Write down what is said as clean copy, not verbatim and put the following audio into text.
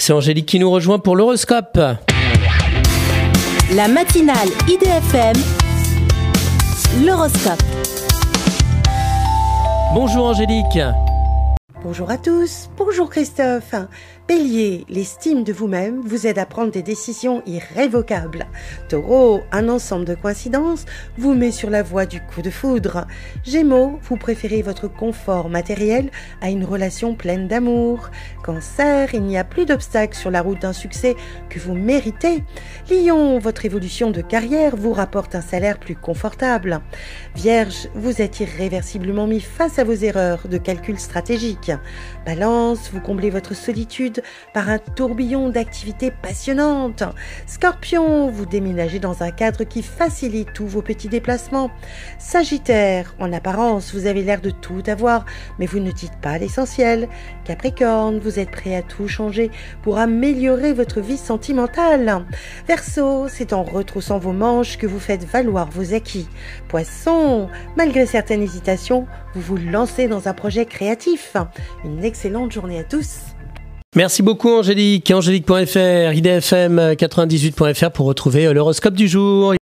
C'est Angélique qui nous rejoint pour l'horoscope. La matinale IDFM, l'horoscope. Bonjour Angélique. Bonjour à tous, bonjour Christophe. Bélier, l'estime de vous-même vous aide à prendre des décisions irrévocables. Taureau, un ensemble de coïncidences vous met sur la voie du coup de foudre. Gémeaux, vous préférez votre confort matériel à une relation pleine d'amour. Cancer, il n'y a plus d'obstacles sur la route d'un succès que vous méritez. Lion, votre évolution de carrière vous rapporte un salaire plus confortable. Vierge, vous êtes irréversiblement mis face à vos erreurs de calcul stratégique. Balance, vous comblez votre solitude par un tourbillon d'activités passionnantes. Scorpion, vous déménagez dans un cadre qui facilite tous vos petits déplacements. Sagittaire, en apparence, vous avez l'air de tout avoir, mais vous ne dites pas l'essentiel. Capricorne, vous êtes prêt à tout changer pour améliorer votre vie sentimentale. Verseau, c'est en retroussant vos manches que vous faites valoir vos acquis. Poisson, malgré certaines hésitations, vous vous lancez dans un projet créatif. Une excellente journée à tous. Merci beaucoup Angélique. Angélique.fr, idfm98.fr pour retrouver l'horoscope du jour.